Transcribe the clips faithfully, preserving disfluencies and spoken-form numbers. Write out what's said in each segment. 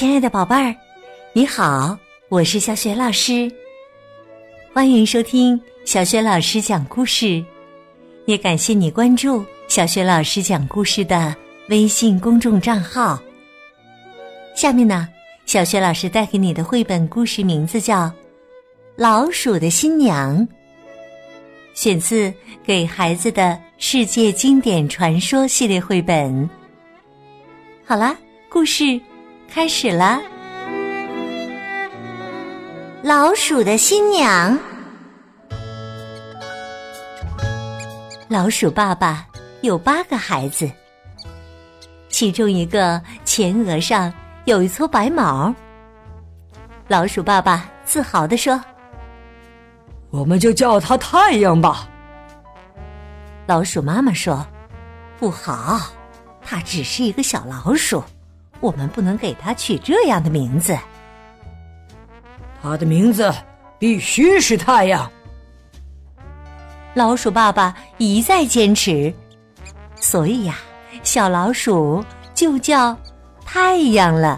亲爱的宝贝儿，你好，我是小雪老师，欢迎收听小雪老师讲故事，也感谢你关注小雪老师讲故事的微信公众账号。下面呢，小雪老师带给你的绘本故事名字叫《老鼠的新娘》，选自给孩子的世界经典传说系列绘本。好啦，故事开始了。老鼠的新娘。老鼠爸爸有八个孩子，其中一个前额上有一撮白毛。老鼠爸爸自豪地说： 我们就叫它太阳吧。 老鼠妈妈说：不好，它只是一个小老鼠，我们不能给它取这样的名字。 它的名字必须是太阳。 老鼠爸爸一再坚持，所以呀，小老鼠就叫太阳了。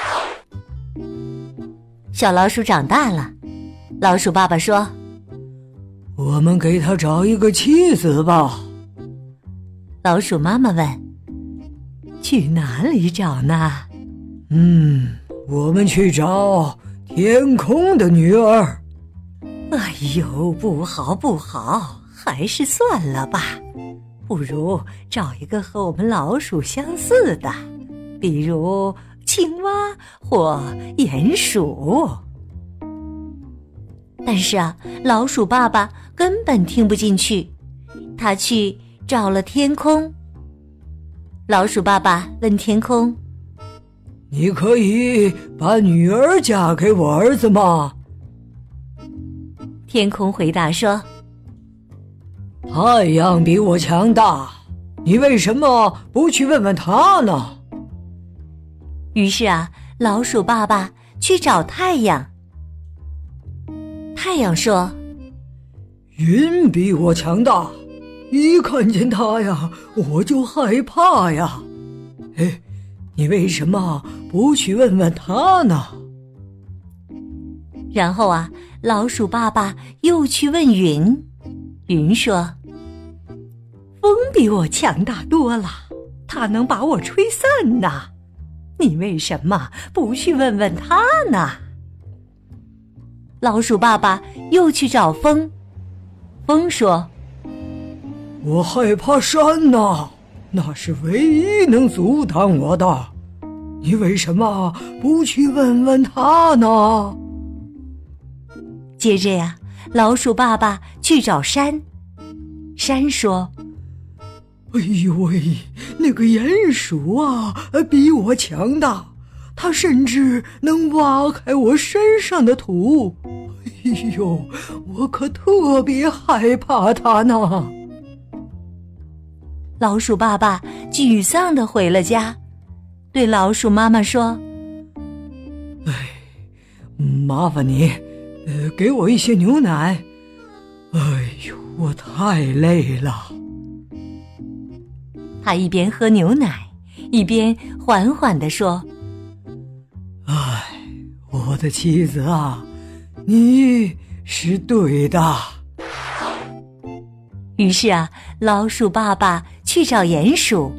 小老鼠长大了，老鼠爸爸说： 我们给它找一个妻子吧。 老鼠妈妈问：去哪里找呢？ 嗯，我们去找天空的女儿。 哎呦，不好不好，还是算了吧，不如找一个和我们老鼠相似的，比如青蛙或鼹鼠。但是啊，老鼠爸爸根本听不进去，他去找了天空。老鼠爸爸问天空： 你可以把女儿嫁给我儿子吗？ 天空回答说： 太阳比我强大，你为什么不去问问他呢？ 于是啊，老鼠爸爸去找太阳。太阳说： 云比我强大，一看见它呀，我就害怕呀。哎，你为什么不去问问他呢？ 然后啊，老鼠爸爸又去问云。云说：风比我强大多了，它能把我吹散呐，你为什么不去问问他呢？老鼠爸爸又去找风。风说： 我害怕山呐，那是唯一能阻挡我的，你为什么不去问问他呢？ 接着呀，老鼠爸爸去找山。山说： 哎呦喂，那个鼹鼠啊，比我强大，它甚至能挖开我身上的土。哎呦，我可特别害怕它呢。 老鼠爸爸沮丧地回了家，对老鼠妈妈说： 哎，麻烦你呃，给我一些牛奶。哎呦，我太累了。 他一边喝牛奶，一边缓缓地说： 哎，我的妻子啊，你是对的。 于是啊，老鼠爸爸去找鼹鼠。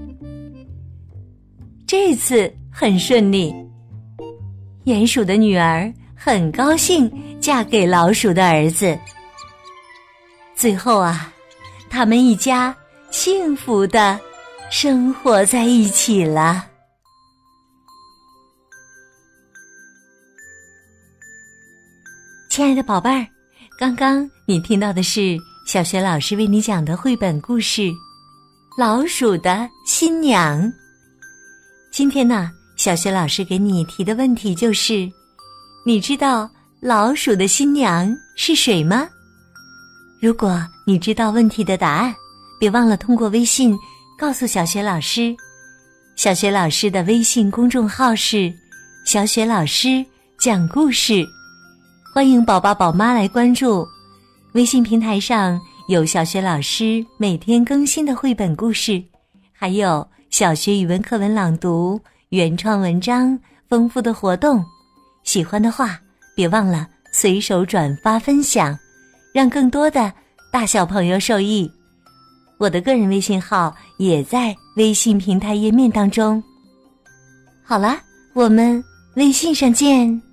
这次很顺利，鼹鼠的女儿很高兴嫁给老鼠的儿子。最后啊，他们一家幸福地生活在一起了。亲爱的宝贝儿，刚刚你听到的是小学老师为你讲的绘本故事《老鼠的新娘》。今天呢，小学老师给你提的问题就是：你知道老鼠的新娘是谁吗？如果你知道问题的答案，别忘了通过微信告诉小学老师。小学老师的微信公众号是小雪老师讲故事，欢迎宝宝宝妈来关注。微信平台上有小学老师每天更新的绘本故事，还有小学语文课文朗读、原创文章、 丰富的活动。喜欢的话，别忘了随手转发分享，让更多的大小朋友受益。我的个人微信号也在微信平台页面当中。好了，我们微信上见。